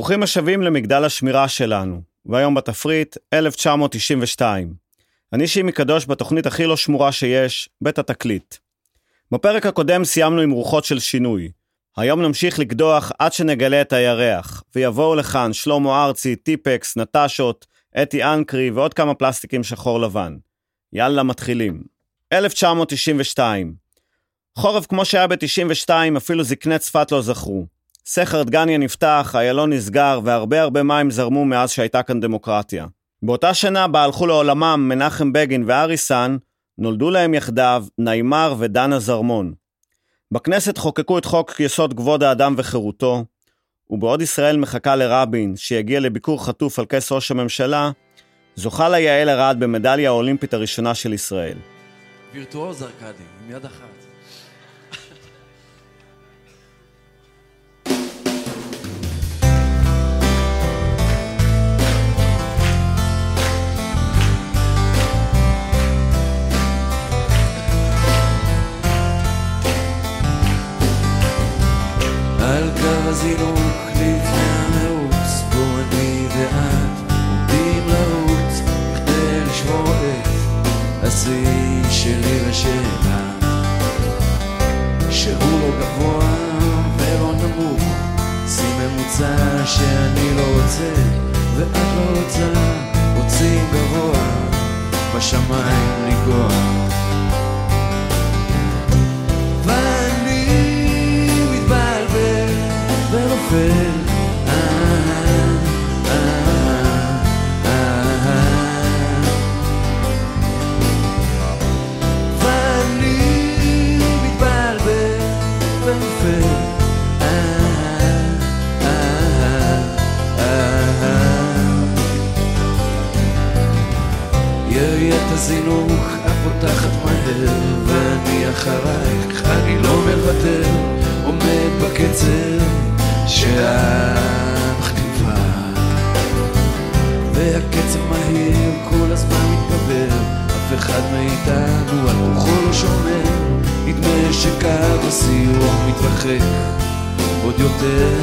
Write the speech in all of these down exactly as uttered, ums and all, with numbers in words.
ברוכים השבים למגדל השמירה שלנו, והיום בתפריט אלף תשע מאות תשעים ושתיים. אני שימי קדוש בתוכנית הכי לא שמורה שיש, בית התקליט. בפרק הקודם סיימנו עם רוחות של שינוי. היום נמשיך לקדוח עד שנגלה את הירח, ויבואו לכאן שלמה ארצי, טיפקס, נטשות, אתי אנקרי ועוד כמה פלסטיקים שחור לבן. יאללה, מתחילים. אלף תשע מאות תשעים ושתיים. חורף כמו שהיה ב-תשעים ושתיים אפילו זקני צפת לא זכרו. סכר דגניה נפתח, איילון נסגר והרבה הרבה מים זרמו מאז שהייתה כאן דמוקרטיה. באותה שנה בה הלכו לעולמם מנחם בגין ואריסן, נולדו להם יחדיו ניימר ודנה זרמון. בכנסת חוקקו את חוק יסוד כבוד האדם וחירותו, ובעוד ישראל מחכה לרבין שיגיע לביקור חטוף על כס ראש הממשלה, זוכה לה יעל ארד במדליה האולימפית הראשונה של ישראל. וירטואוז ארקדי, עם יד אחת. על קו הזינוק לפני המרוץ, בו אני ואת עומדים לרוץ כדי לשמור את השיא שלי ושלה, שהוא לא גבוה ולא נמוך, שיא ממוצע שאני לא רוצה ואת לא רוצה, רוצים גבוה בשמיים לגוע. ונופל ואני מתבלבל ונופל יריית הזינוק הפותחת מהר ואני אחרייך, אני לא מוותר, עומד בקצב שאת מכתיבה, והקצב מהיר כל הזמן מתגבר, אף אחד מאיתנו על רוחו לא שומר, נדמה שקו הסיום מתרחק עוד יותר,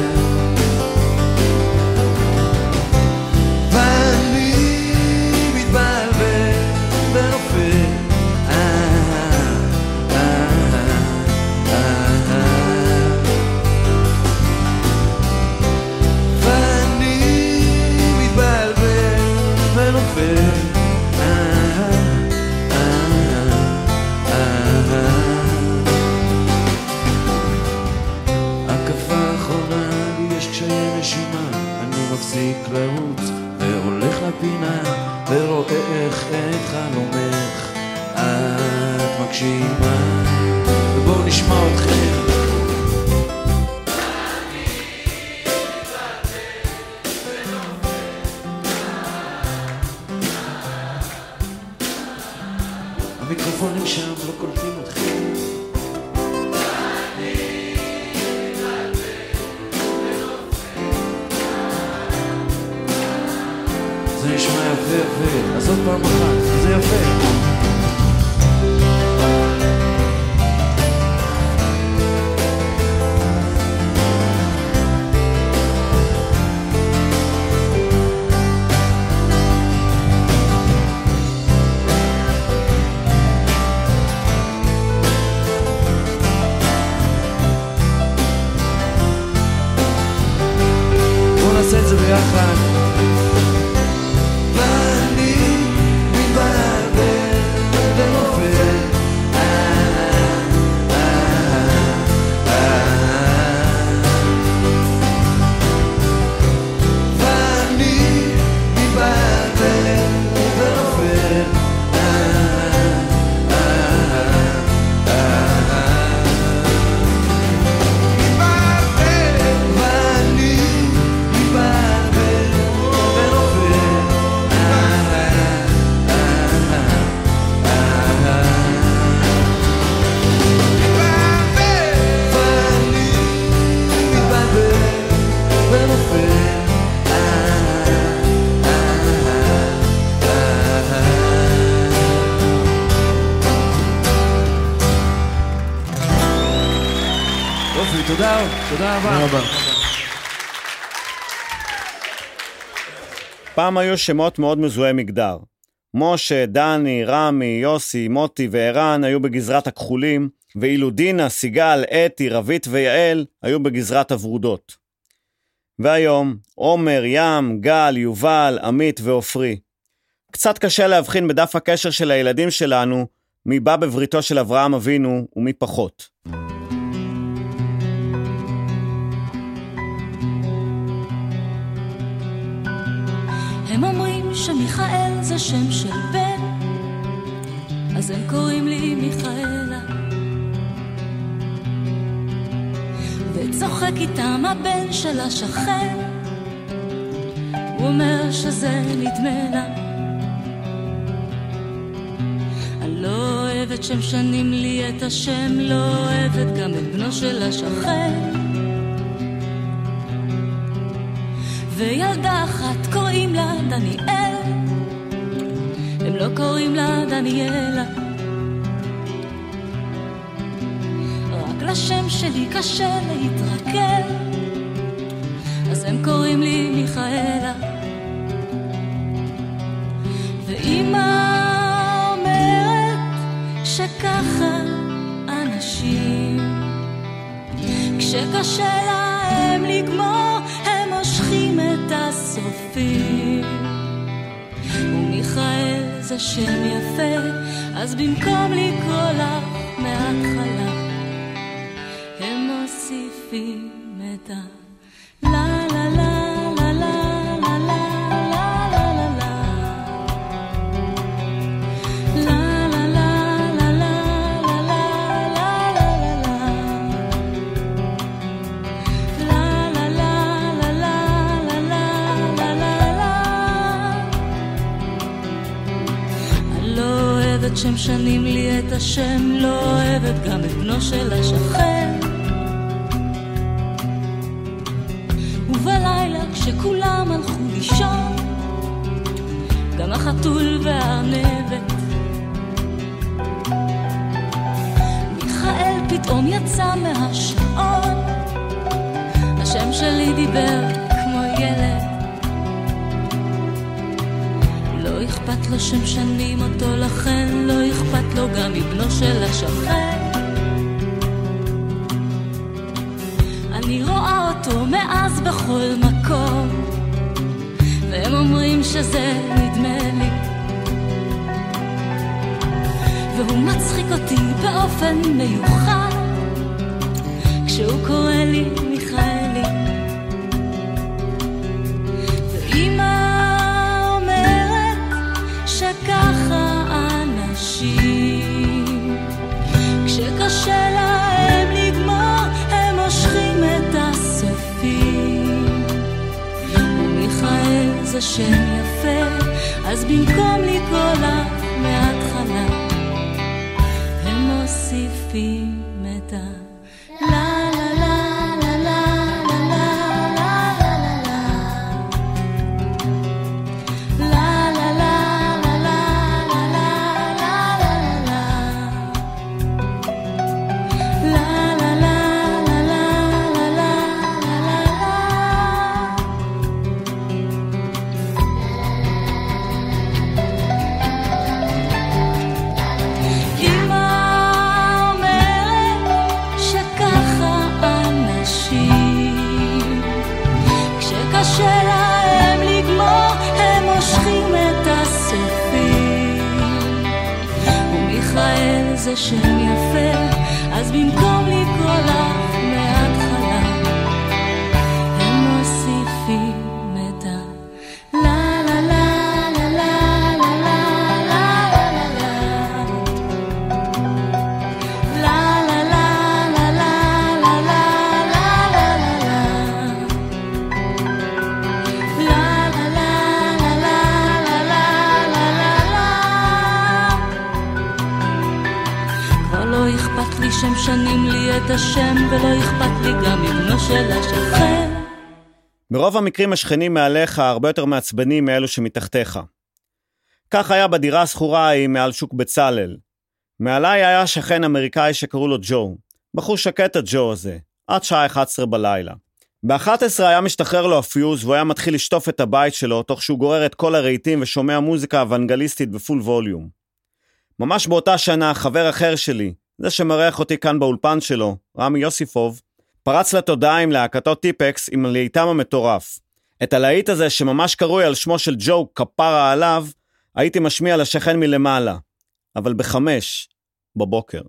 ואני מתבלבל ונופל מפסיק לרוץ והולך לפינה ורואה איך את חלומך את מגשימה, ובואו נשמע אתכם. המיקרופונים שם לא קולטים אתכם. זה נשמע יפה יפה, אז עוד פעם אחת, זה יפה. בואו נעשה את זה ביחד. תודה, תודה רבה. פעם היו שמות מאוד מזוהי מגדר. משה, דני, רמי, יוסי, מוטי וערן היו בגזרת הכחולים, ואילו דינה, סיגל, אתי, רבית ויעל היו בגזרת הוורודות. והיום, עומר, ים, גל, יובל, עמית ואופרי. קצת קשה להבחין בדף הקשר של הילדים שלנו, מי בא בבריתו של אברהם אבינו ומי פחות. הם אומרים שמיכאל זה שם של בן, אז הם קוראים לי מיכאלה, וצוחק איתם הבן של השכן, הוא אומר שזה נדמה לה. אני לא אוהבת שהם שנים לי את השם, לא אוהבת גם את בנו של השכן, וילדה אחת קוראים לה דניאל, הם לא קוראים לה דניאלה. רק לשם שלי קשה להתרכל, אז הם קוראים לי מיכאלה. ואמא אומרת שככה אנשים, כשקשה להם לגמור הם מושכים את הסופים, ומיכאל זה שם יפה, אז במקום לקרוא לך מההתחלה הם מוסיפים את ה לה לה לה לה לה לה לה לה לה שהם שנים לי את השם, לא אוהבת גם את בנו של השכן. ובלילה כשכולם הלכו לישון, גם החתול והארנבת, מיכאל פתאום יצא מהשעון, השם שלי דיבר כמו ילד, לא אכפת לו שם שנים אותו, לכן לא אכפת לו גם מבנו של השכן. אני רואה אותו מאז בכל מקום, והם אומרים שזה נדמה לי, והוא מצחיק אותי באופן מיוחד כשהוא קורא לי מיכאלי. ככה אנשים, כשקשה להם לגמור הם מושכים את הסופים, ומיכאל זה שם יפה, אז במקום לקרוא לך מההתחלה הם מוסיפים את ה לה לה לה לה לה זה שם יפה, אז במקום לקרוא לך מההתחלה הם מוסיפים את ה לה לה לה לה לה לה לה לה לה לא אכפת לי שהם שנים לי את השם, ולא אכפת לי גם מבנו של השכן. ברוב המקרים השכנים מעליך הרבה יותר מעצבנים מאלו שמתחתיך. כך היה בדירה הסחורה ההיא מעל שוק בצלאל. מעליי היה שכן אמריקאי שקראו לו ג'ו. בחור שקט הג'ו הזה, עד שעה אחת עשרה בלילה. ב-אחת עשרה היה משתחרר לו הפיוז, והוא היה מתחיל לשטוף את הבית שלו, תוך שהוא גורר את כל הרהיטים ושומע מוזיקה אוונגליסטית בפול ווליום. ממש באותה שנה, חבר אחר שלי, זה שמרח אותי כאן באולפן שלו, רמי יוסיפוב, פרץ לתודעה עם להקתו טיפקס עם להיטם המטורף. את הלהיט הזה שממש קרוי על שמו של ג'ו כפרה עליו, הייתי משמיע לשכן מלמעלה, אבל בחמש בבוקר.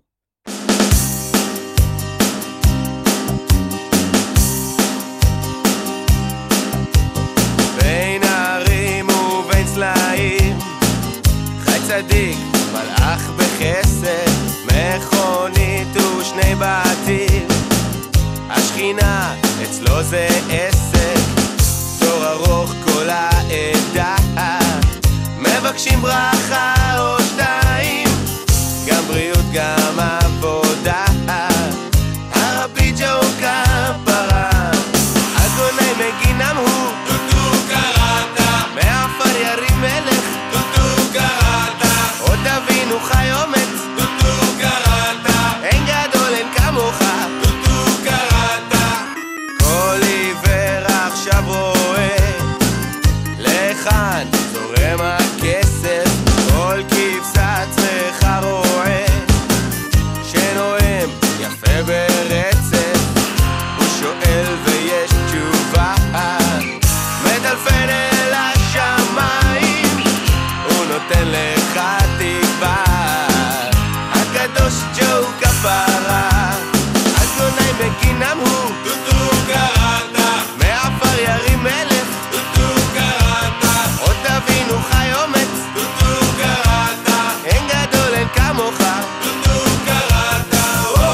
בין הערים ובין סלעים חי צדיק, מלאך בחסד, מכונית ושני בתים, השכינה אצלו זה עסק, תור ארוך כל העדה, מבקשים ברכה או שתיים, גם בריאות גם עבודה, הרבי ג'ו כפרה, אדוני מגינם הוא טוטו קראתה, מעפר ירים מלך טוטו קראתה, עוד אבינו חי אומץ טוטו קראתה, אין גדול אין כמוך טוטו קראתה, כל עיוור עכשיו רואה לכאן זורם הכסף, כל כבשה צריכה רועה שנואם יפה ברצף, הוא שואל ויש תשובה, מטלפן אל השמיים, הוא נותן לך תקווה, הקדוש ג'ו כפרה, אדוני מגינם הוא טוטו קראתה, מעפר ירים מלך טוטו קראתה, עוד אבינו חי אומץ טוטו קראתה, אין גדול אין כמוך טוטו קראתה,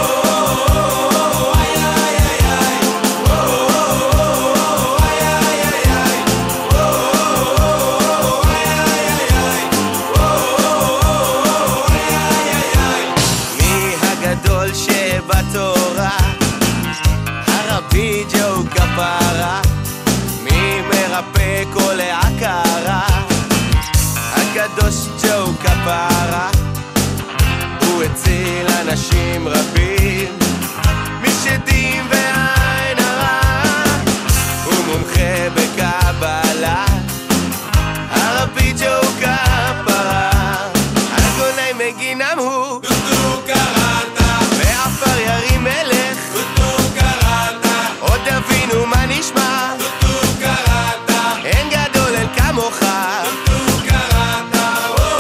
מי הגדול שבתורה, הרבי ג'ו כפרה, מי מרפא כל העקרה, הקדוש ג'ו כפרה, הוא הציל אנשים רבים משדים ועין הרע, הוא מומחה בקבלה, הרבי ג'ו כפרה, אדוני מגינם הוא טוטו קראתה, מעפר ירים מלך טוטו קראתה, עוד אבינו מה נשמע טוטו קראתה, אין גדול אין כמוך טוטו קראתה,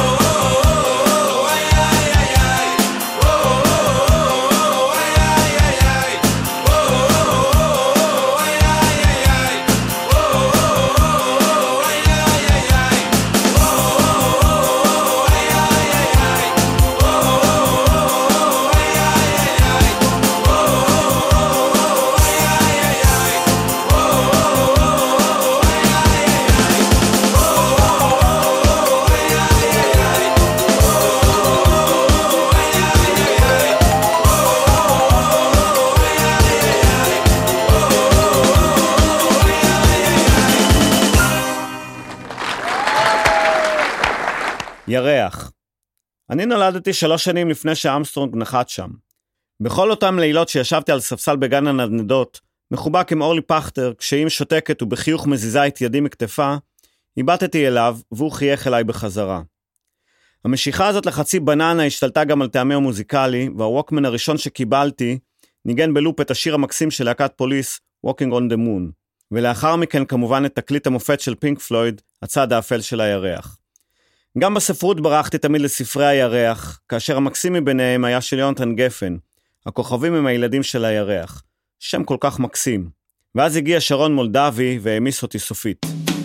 ירח. אני נולדתי שלוש שנים לפני שאמסטרונג נחת שם. בכל אותם לילות שישבתי על ספסל בגן הנדנדות, מחובק עם אורלי פכטר, כשהיא שותקת ובחיוך מזיזה את ידי מכתפה, היבטתי אליו והוא חייך אליי בחזרה. המשיכה הזאת לחצי בננה השתלטה גם על טעמי המוזיקלי, והווקמן הראשון שקיבלתי ניגן בלופ את השיר המקסים של להקת פוליס, Walking on the Moon, ולאחר מכן כמובן את תקליט המופת של פינק פלויד, הצד האפל של הירח. גם בספרות ברחתי תמיד לספרי הירח, כאשר המקסים מביניהם היה של יונתן גפן, הכוכבים הם הילדים של הירח, שם כל כך מקסים. ואז הגיע שרון מולדבי והעמיס אותי סופית.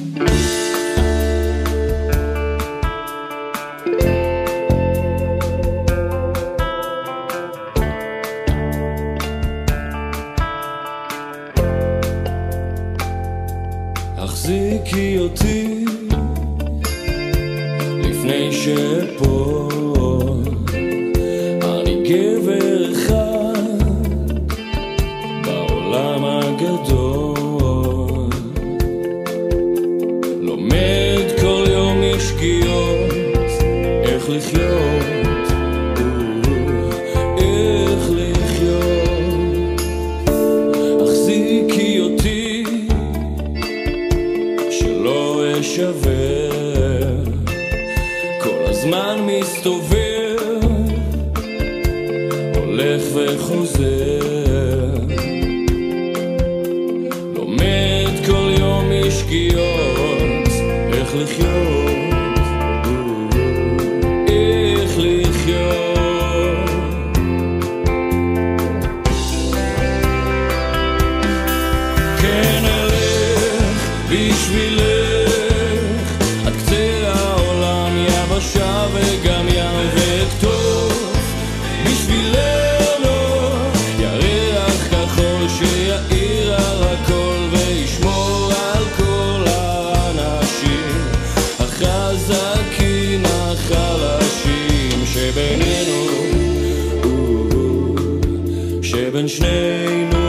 החזיקי אותי לפני שפול, אני גבר אחד בעולם הגדול, לומד כל יום משגיאות איך לחיות, איך לחיות. החזיקי אותי הזמן מסתובב, הולך וחוזר, לומד כל יום משקיעות איך לחיות, איך לחיות. כן אלך בשבילך עד קצה העולם, יבשה וגם ים וכתוב בשבילנו ירח כחול שיעיר על הכל וישמור על כל האנשים החזקים החלשים שבינינו, שבין שנינו.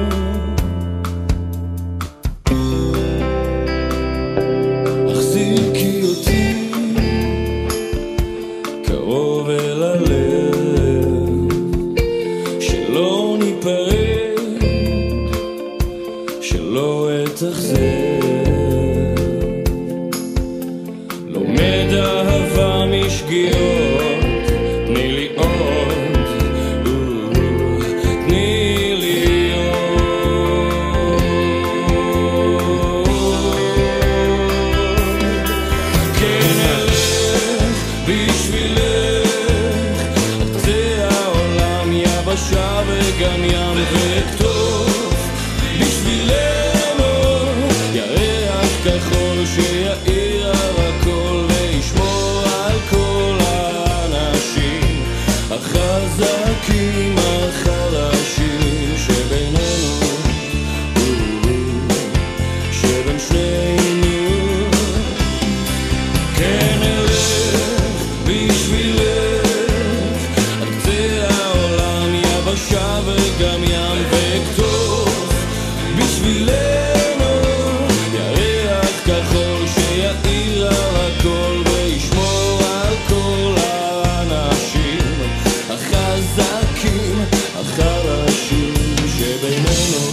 החזיקי אותי קרוב אל הלב, שלא ניפרד, שלא אתאכזב, לומד אהבה משגיאות, תני לי עוד, תני לי עוד. כן אלך בשבילך עד קצה העולם, יבשה וגם ים וכתוב בשבילנו ירח כחול שיעיר על הכל וישמור על כל האנשים החזקים החלשים שבינינו, שבין שנינו. כן אלך בשבילך עד קצה העולם, יבשה וגם ים וכתוב בשבילנו ירח כחול שיעיר על הכל וישמור על כל האנשים החזקים החלשים שבינינו,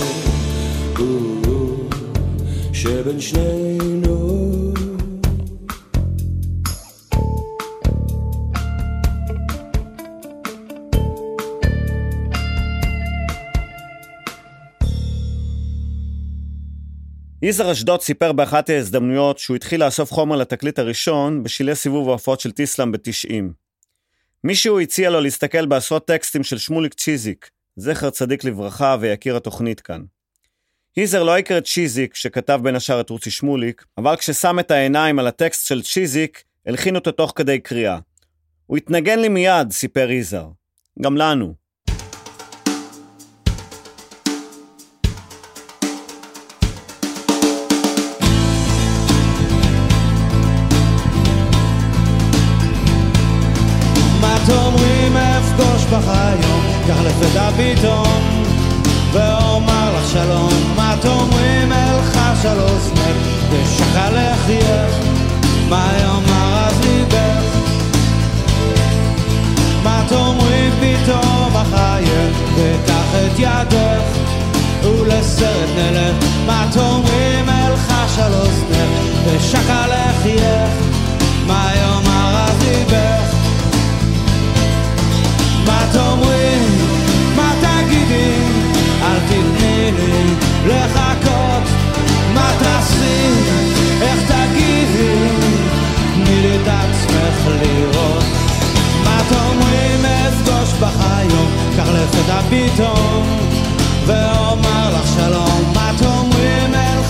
שבין שנינו. יזהר אשדוד סיפר באחת ההזדמנויות שהוא התחיל לאסוף חומר לתקליט הראשון בשלהי סיבוב ההופעות של טיסלאם ב-תשעים. מישהו הציע לו להסתכל בעשרות טקסטים של שמוליק צ'יזיק, זכר צדיק לברכה ויקיר התוכנית כאן. יזהר לא הכיר את צ'יזיק שכתב בין השאר את רוצי שמוליק, אבל כששם את העיניים על הטקסט של צ'יזיק, הלחין אותו תוך כדי קריאה. הוא התנגן לי מיד, סיפר יזהר. גם לנו. אומרים אפגוש בך היום, כך לפתע פתאום ואומר לך שלום. מה תאמרים אלך של אוזנך ושקע לחייך, מה יאמר אז ליבך? מה תאמרים פתאום אחייך וקח את ידך ולסרט נלך. מה תאמרים אלך של אוזנך ושקע לחייך, מה יאמר אז ליבך? מה תאמרי, מה תגידי, אל תתני לי לחכות. מה תעשי, איך תגידי, תני לי את עצמך לראות. מה תאמרי, אפגוש בך היום, כך לפתע פתאום ואומר לך שלום. מה תאמרי,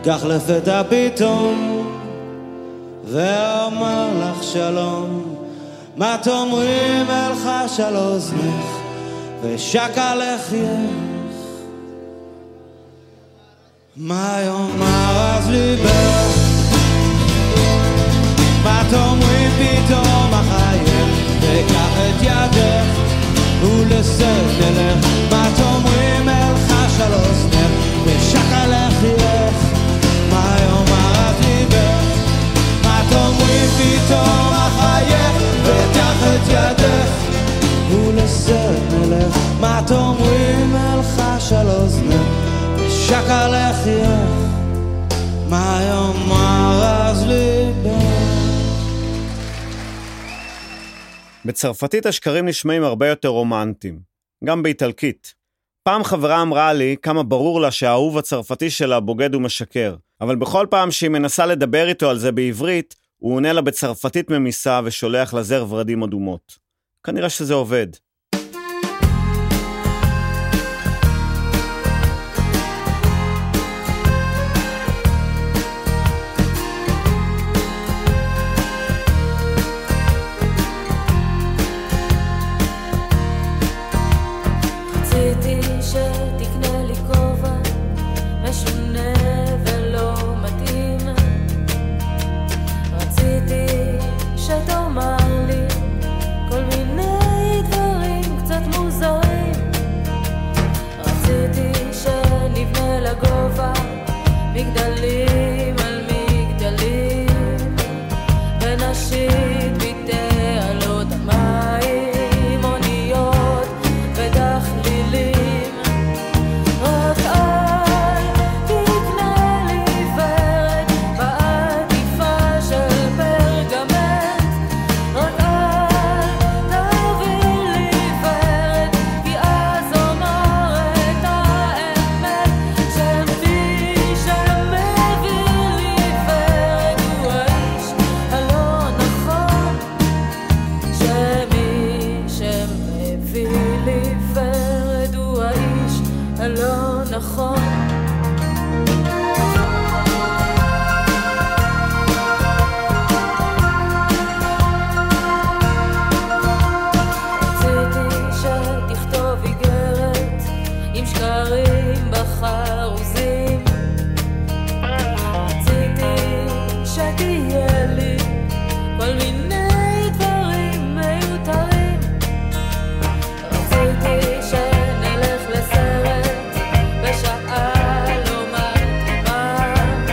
כך לפתע פתאום ואומר לך שלום, מה תאמרי ואלחש על אוזנך ושקע לחייך, מה יאמר אז ליבך, מה תאמרי פתאום אחייך וקח את ידך ולסד נלך, מה תאמרי אלחש על אוזנך ושקע לחייך, מה יאמר אז ליבך, מה תאמרי פתאום אחייך וקח את ידך ולסד נלך, מה תאמרי אלחש על אוזנך ושקע לחייך, מה יאמר אז ליבך. בצרפתית השקרים נשמעים הרבה יותר רומנטיים, גם באיטלקית. פעם חברה אמרה לי כמה ברור לה שהאהוב הצרפתי שלה בוגד ומשקר, אבל בכל פעם שהיא מנסה לדבר איתו על זה בעברית, הוא עונה לה בצרפתית ממיסה ושולח לזר ורדים אדומות. כנראה שזה עובד. מגדלים על מגדלים ונשית בתעלות המים, אוניות ודחלילים, רק אל תקנה לי ורד בעטיפה של פרגמנט, רק אל תביא לי ורד כי אז אומר את האמת שמי הלא נכון. רציתי שתכתוב איגרת עם שקרים בחרוזים, רציתי שתהיה לי כל מיני דברים מיותרים, רציתי שנלך לסרט בשעה לא מתאימה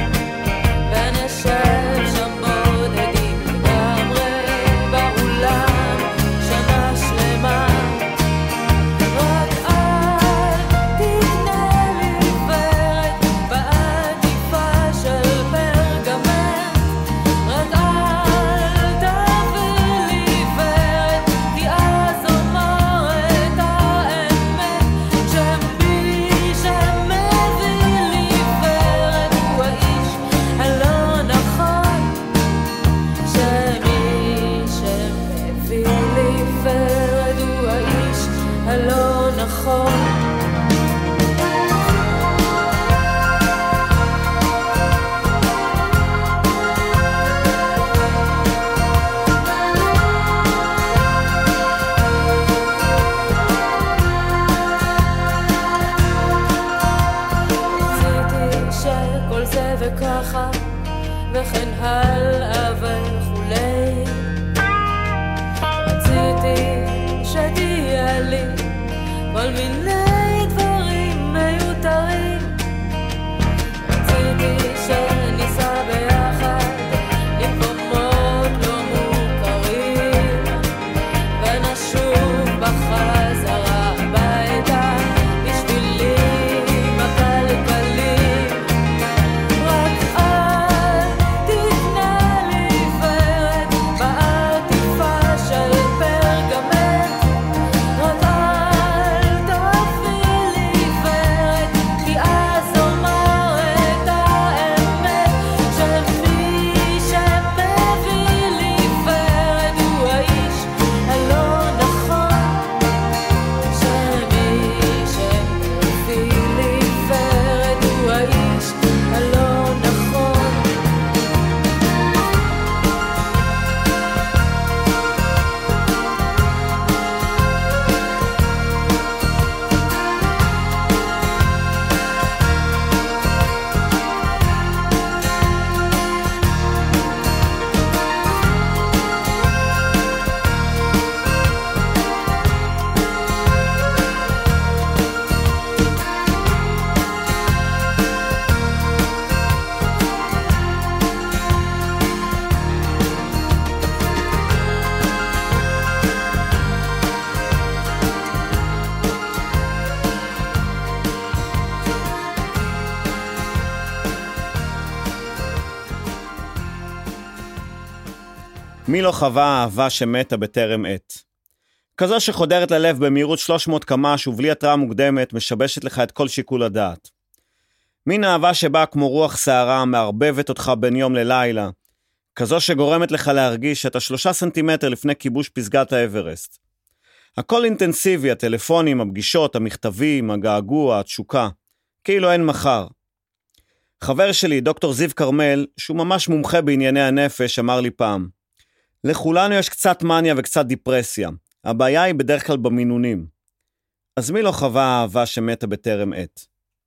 ונשב שם בודדים לגמרי באולם שנה שלמה, רק אל תקנה לי ורד בעטיפה של פרגמנט, רק אל תביא לי ורד כי אז אומר את האמת שמי שמביא לי ורד הוא האיש הלא נכון, שמי שמביא לי ורד הוא האיש הלא נכון. רציתי שכל זה וככה וכן הלאה וכולי, רציתי שתהיה לי כל מיני דברים מיותרים, רציתי שניסע ביחד למקומות לא מוכרים ונשוב בחזרה הביתה בשבילים הכלכלים, רק אל תקנה לי ורד בעטיפה של פרגמנט, רק אל תביא מי לא חווה אהבה שמתה בטרם עת? כזו שחודרת ללב במהירות שלוש מאות קמ"ש ובלי התראה מוקדמת משבשת לך את כל שיקול הדעת. מין אהבה שבאה כמו רוח שערה, מערבבת אותך בין יום ללילה, כזו שגורמת לך להרגיש שאתה שלושה סנטימטר לפני כיבוש פסגת האברסט. הכל אינטנסיבי, הטלפונים, הפגישות, המכתבים, הגעגוע, התשוקה, כאילו אין מחר. חבר שלי, דוקטור זיו קרמל, שהוא ממש מומחה בענייני הנפש, אמר לי פעם, לכולנו יש קצת מניה וקצת דיפרסיה, הבעיה היא בדרך כלל במינונים. אז מי לא חווה אהבה שמתה בטרם עת?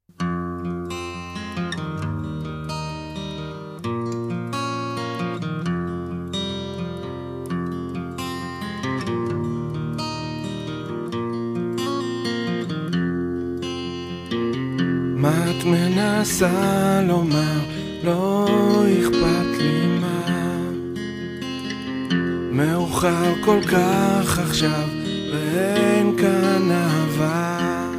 מה את מנסה לומר? לא אכפת לי מה, מאוחר כל כך עכשיו ואין כאן אהבה.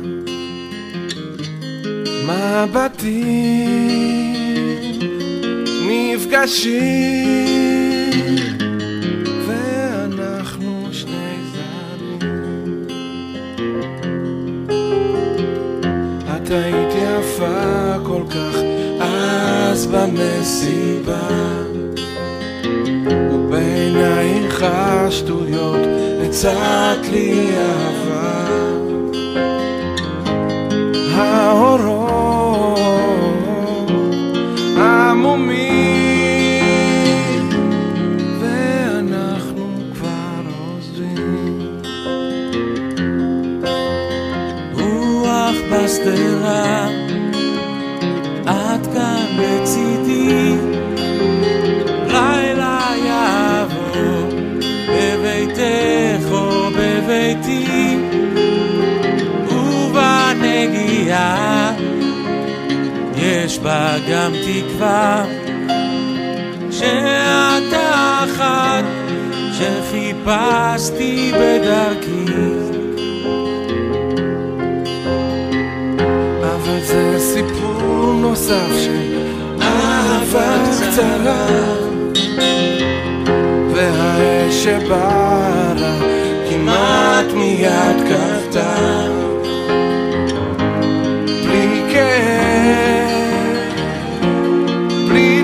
מבטים נפגשים ואנחנו שני זרים. את היית יפה כל כך אז במסיבה, ובעינייך השטויות הצעת לי אהבה. האורות עמומים ואנחנו כבר עוזבים. רוח בסתרה, את כאן בצידי, לילה יעבור בביתך או בביתי, ובנגיעה יש בה גם תקווה, שאת אחת שחיפשתי בדרכי. אבל זה סיפור נוסף של אהבה קצרה, והאש שבערה כמעט מיד כבתה. בלי כאב, בלי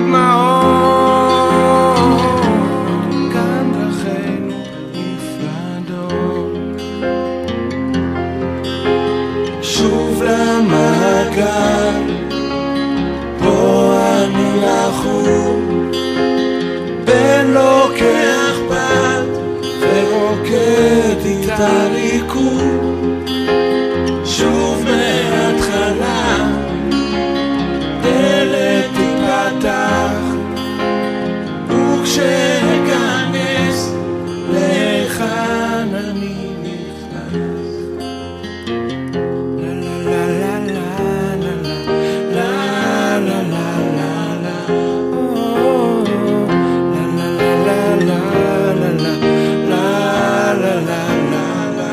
דמעות, כאן דרכינו נפרדות. שוב למעגל, בוא אני לחור, בן לוקח בת ורוקד איתה ריקוד. שוב מההתחלה, דלת תיפתח, וכשאכנס להיכן אני נכנס. לה לה לה לה לה לה לה לה לה לה, לה לה לה לה לה לה לה לה לה.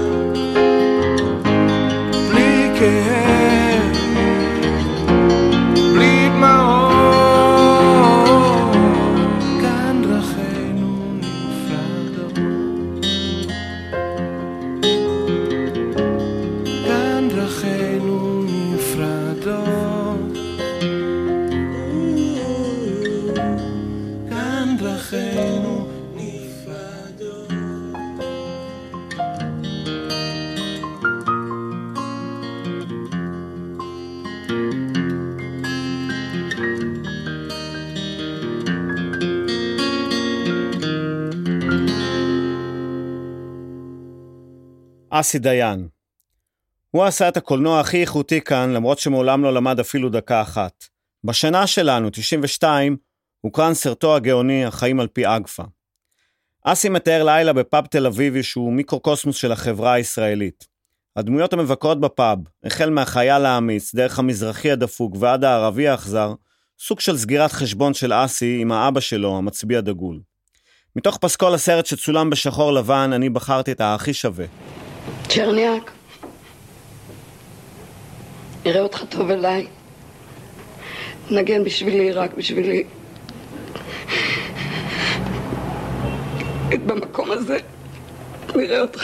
בלי כאב, בלי דמעות, כאן דרכינו נפרדות. כאן דרכינו נפרדות. כאן דרכינו נפרדות. אסי דיין. הוא עשה את הקולנוע הכי איכותי כאן, למרות שמעולם לא למד אפילו דקה אחת. בשנה שלנו, תשעים ושתיים, הוקרן סרטו הגאוני החיים על פי אגפה. אסי מתאר לילה בפאב תל אביבי שהוא מיקרוקוסמוס של החברה הישראלית. הדמויות המבקרות בפאב, החל מהחייל האמיץ, דרך המזרחי הדפוק ועד הערבי האכזר, סוג של סגירת חשבון של אסי עם האבא שלו, המצביע דגול. מתוך פסקול הסרט שצולם בשחור לבן, אני בחרתי את הכי שווה. צ'רניאק, נראה אותך טוב אליי. נגן בשבילי, רק בשבילי. היית במקום הזה, נראה אותך.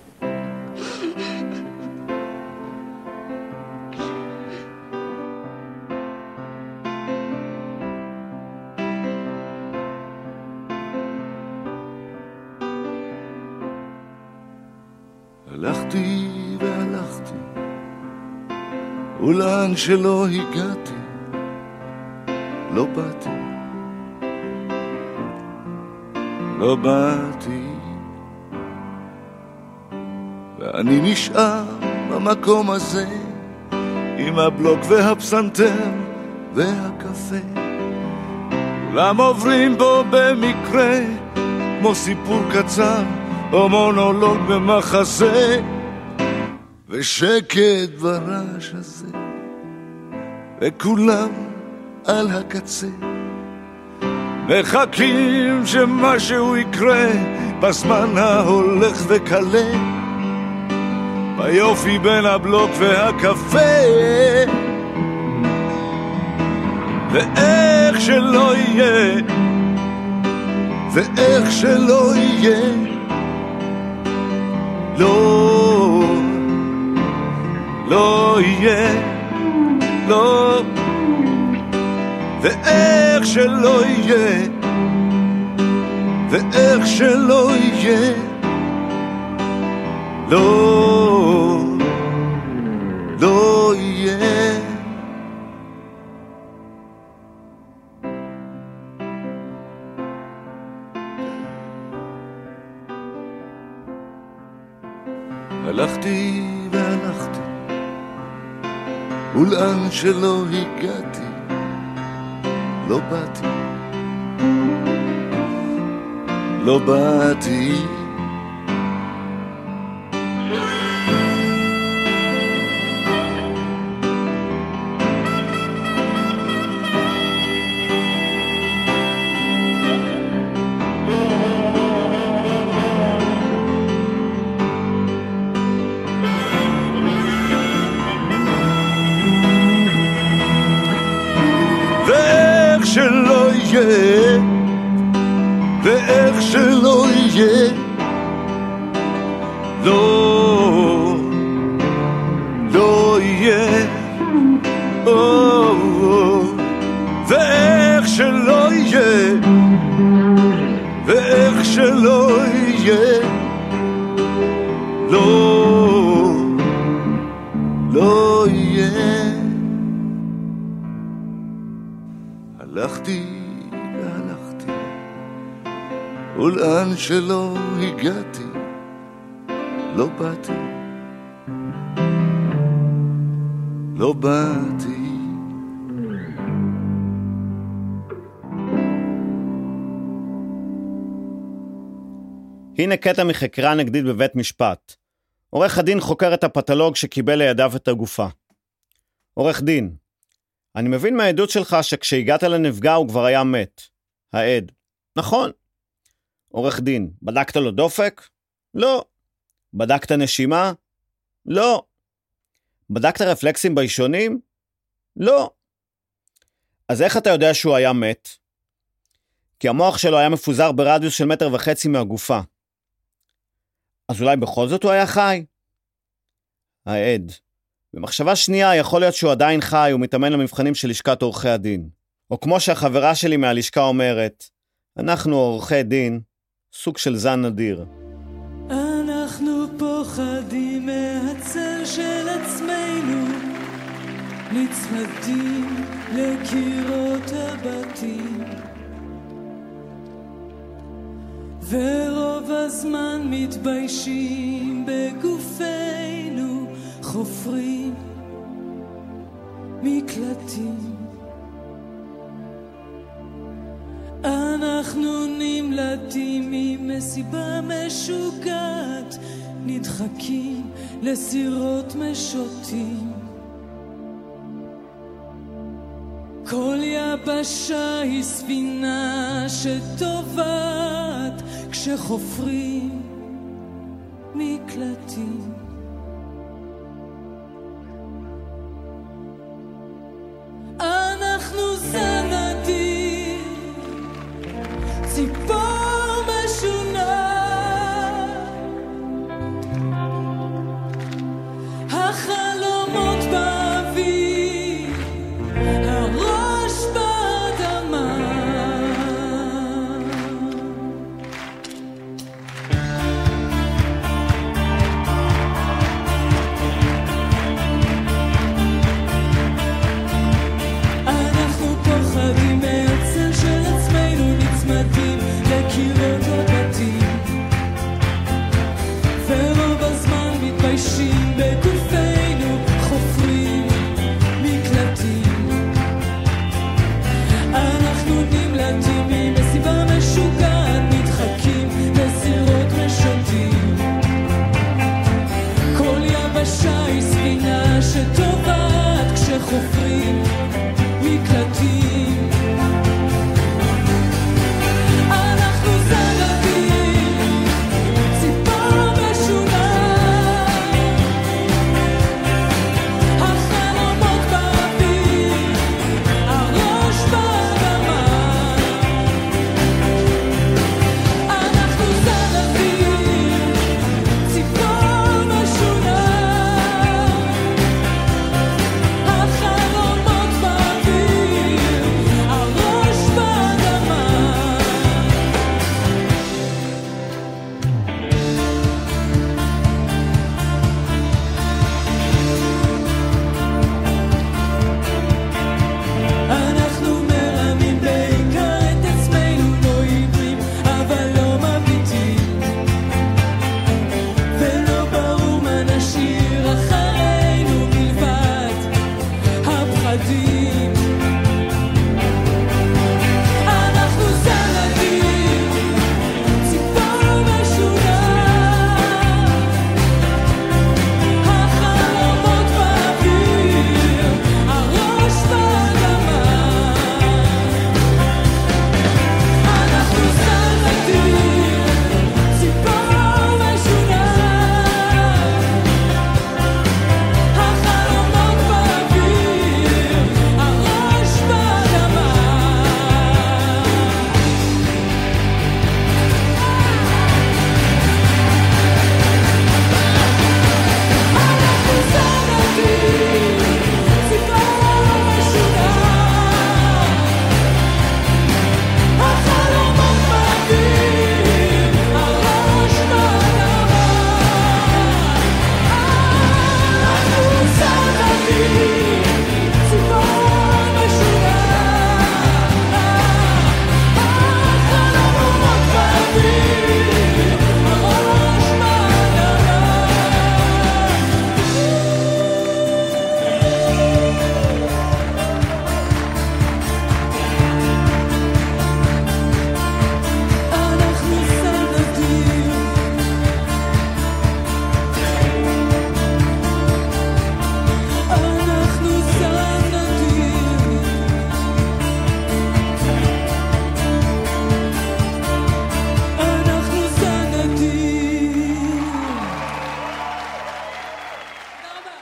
הלכתי והלכתי, ולאן שלא הגעתי, לא באתי, לא באתי, ואני נשאר במקום הזה, עם הבלוק והפסנתר והקפה. כולם עוברים בו במקרה, כמו סיפור קצר, או מונולוג במחזה, ושקט ברעש הזה, וכולם על הקצה, מחכים שמשהו יקרה, בזמן ההולך וקלה, ביופי בין הבלוק והקפה. ואיך שלא יהיה, ואיך שלא יהיה, לא, לא יהיה, לא, ואיך שלא יהיה, ואיך שלא יהיה, לא, לא יהיה. הלכתי והלכתי, ולאן שלא הגעתי, לא באתי, לא באתי. שלא יהיה, ואיך שלא יהיה, לא, לא יהיה, או, ואיך שלא יהיה, ואיך שלא יהיה, לא, לא יהיה. הלכתי והלכתי, ולאן שלא הגעתי, לא באתי, לא באתי. הנה קטע מחקירה נגדית בבית משפט. עורך הדין חוקר את הפתולוג שקיבל לידיו את הגופה. עורך דין, אני מבין מהעדות שלך שכשהגעת לנפגע הוא כבר היה מת. העד, נכון. עורך דין, בדקת לו דופק? לא. בדקת נשימה? לא. בדקת רפלקסים בישונים? לא. אז איך אתה יודע שהוא היה מת? כי המוח שלו היה מפוזר ברדיוס של מטר וחצי מהגופה. אז אולי בכל זאת הוא היה חי? העד, במחשבה שנייה יכול להיות שהוא עדיין חי ומתאמן למבחנים של לשכת עורכי הדין. או כמו שהחברה שלי מהלשכה אומרת, אנחנו עורכי דין, סוג של זן נדיר. אנחנו פוחדים מהצל של עצמנו, נצמדים לקירות הבתים, ורוב הזמן מתביישים בגופנו, חופרים מקלטים. אנחנו נמלטים ממסיבה משוגעת, נדחקים לסירות משוטים. כל יבשה היא ספינה שטובעת כשחופרים מקלטים. אנחנו זנדים, ציפור משונה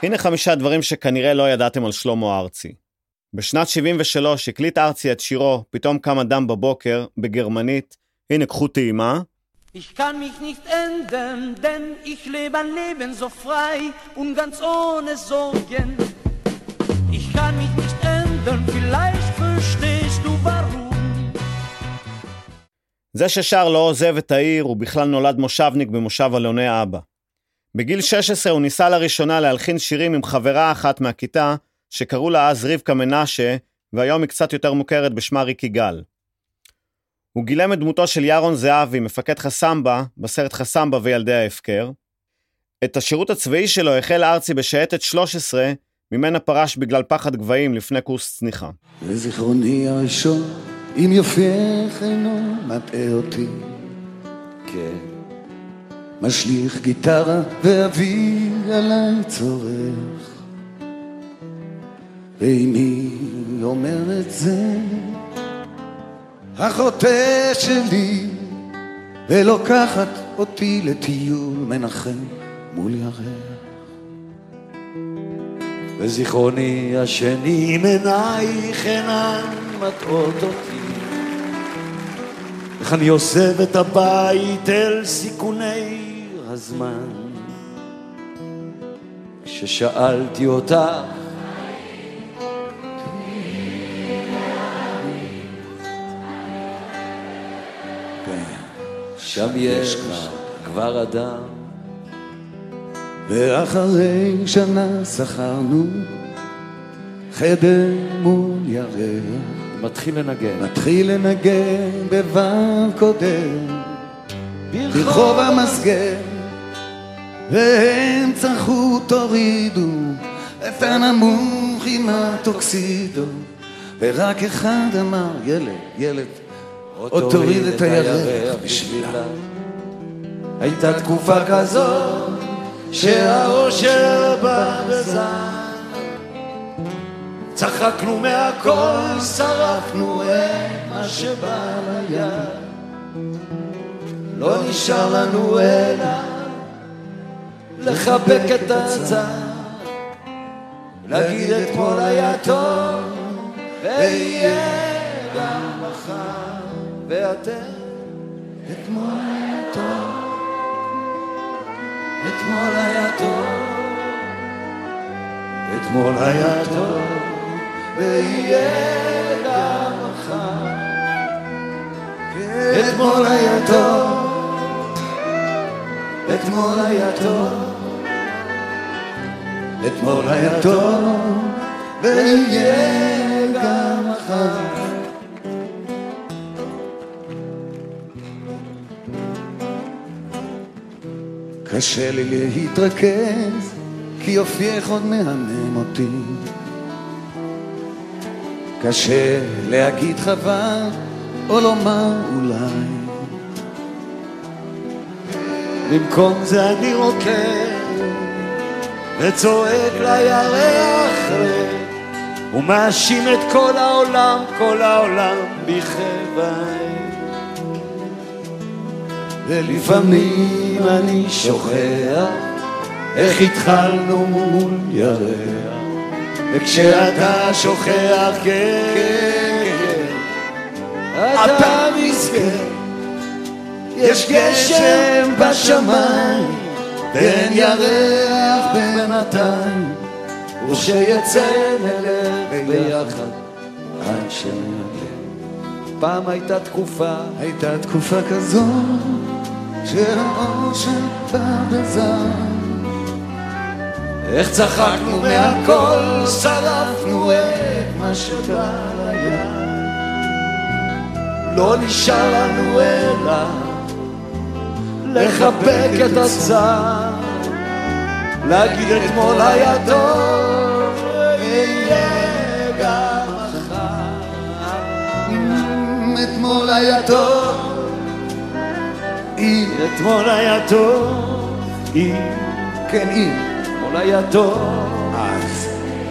הנה חמישה דברים שכנראה לא ידעתם על שלמה ארצי. בשנת שבעים ושלוש הקליט ארצי את שירו "פתאום קם אדם בבוקר" בגרמנית. הנה קחו טעימה. Ich kann mich nicht ändern, denn ich lebe ein Leben so frei und ganz ohne Sorgen. Ich kann mich nicht ändern, vielleicht verstehst du warum. זה ששר לא עוזב את העיר, הוא בכלל נולד מושבניק במושב אלוני אבא. בגיל שש עשרה הוא ניסה לראשונה להלחין שירים עם חברה אחת מהכיתה, שקראו לה אז רבקה מנשה, והיום היא קצת יותר מוכרת בשמה ריקי גל. הוא גילם את דמותו של ירון זהבי, מפקד חסמבה, בסרט חסמבה וילדי ההפקר. את השירות הצבאי שלו החל ארצי בשייטת שלוש עשרה, ממנה פרש בגלל פחד גבהים לפני קורס צניחה. וזיכרוני הראשון, אם יופייך אינו מטעה אותי, כן, משליך גיטרה ואבי עליי צורך, ואמי אומרת זה החוטא שלי, ולוקחת אותי לטיול מנחם מול ירח. וזיכרוני השני עם עינייך אינן מטעות אותי, איך אני עוזב את הבית אל סיכוני הזמן, כששאלתי אותך שם יש כבר, כבר אדם. ואחרי שנה שכרנו חדר מול ירח, מתחיל לנגן מתחיל לנגן בבר קודם ברחוב המסגר, והם צרחו תורידו את הנמוך עם הטוקסידו, ורק אחד אמר ילד, ילד עוד תוריד את הירח בשבילה. הייתה תקופה כזאת שהאושר בא בזמן, צחקנו מהכל, שרפנו את מה שבא ליד, לא נשאר לנו אלא לחבק את הצד, להגיד אתמול היה טוב ויהיה גם מחר, ואתם אתמול היה טוב, אתמול היה טוב, אתמול היה טוב ויהיה גם מחר, אתמול היה טוב, אתמול היה טוב, אתמול היה טוב ויהיה גם מחר. קשה לי להתרכז, כי יופייך עוד מהמם אותי, קשה להגיד חבל או לומר אולי, במקום זה אני רוקד וצועק לירח ומאשים את כל העולם, כל העולם בכאבי, ולפעמים אני שוכח איך התחלנו מול ירח, וכשאתה שוכח כן, כן, אתה מסכן, יש גשם בשמיים, בין ירח בינתיים, ושיצא נלך ביחד עד שנלך. פעם הייתה תקופה, הייתה תקופה כזו שהאושר בא בזמן, איך צחקנו מהכל, שרפנו את מה שבא ליד, לא נשאר לנו אלא לחבק את הצד, להגיד אתמול היה טוב ויהיה גם מחר, אתמול היה טוב, אתמול היה טוב, כן אם אתמול היה טוב, אז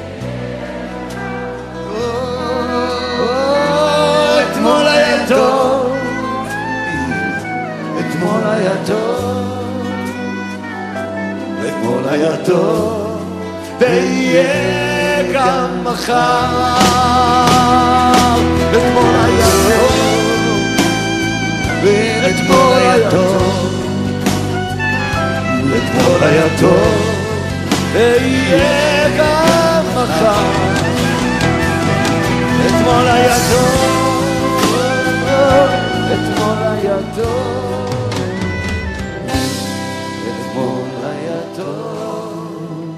אתמול היה טוב, אתמול היה טוב, אתמול היה טוב, אהיה גם מחר. אתמול היה טוב, ואתמול היה טוב, אתמול היה טוב, אהיה גם מחר. אתמול היה טוב, אתמול היה טוב, אתמול היה טוב.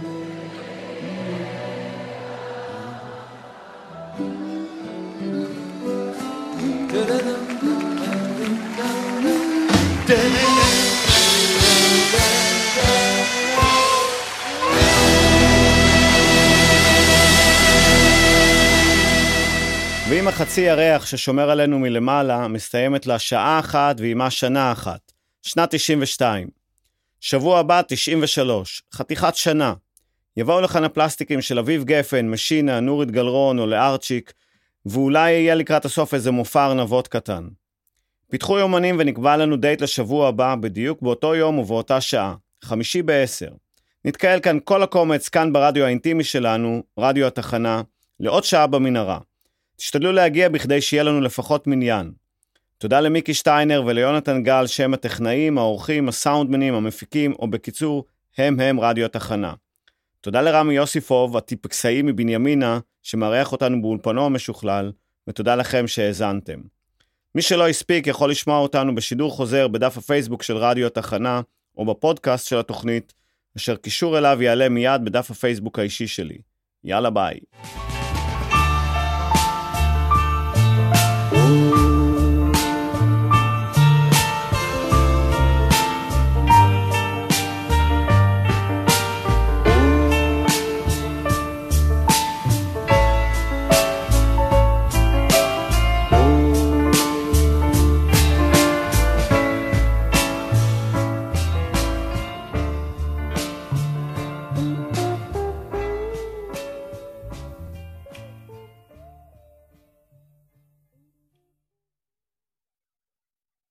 ואם החצי ירח ששומר עלינו מלמעלה מסתיימת לה שעה אחת ועימה שנה אחת, שנת תשעים ושתיים. שבוע הבא תשעים ושלוש, חתיכת שנה. יבואו לכאן הפלסטיקים של אביב גפן, משינה, נורית גלרון או לארצ'יק, ואולי יהיה לקראת הסוף איזה מופע ארנבות קטן. פיתחו יומנים ונקבע לנו דייט לשבוע הבא בדיוק באותו יום ובאותה שעה, חמישי בעשר. נתקהל כאן כל הקומץ כאן ברדיו האינטימי שלנו, רדיו התחנה, לעוד שעה במנהרה. תשתדלו להגיע בכדי שיהיה לנו לפחות מניין. תודה למיקי שטיינר וליונתן גל, שם הטכנאים, האורחים, הסאונדמנים, המפיקים, או בקיצור, הם הם רדיו התחנה. תודה לרמי יוסיפוב, הטיפקסאי מבנימינה, שמארח אותנו באולפנו המשוכלל, ותודה לכם שהאזנתם. מי שלא הספיק יכול לשמוע אותנו בשידור חוזר בדף הפייסבוק של רדיו התחנה, או בפודקאסט של התוכנית, אשר קישור אליו יעלה מיד בדף הפייסבוק האישי שלי. יאללה ביי.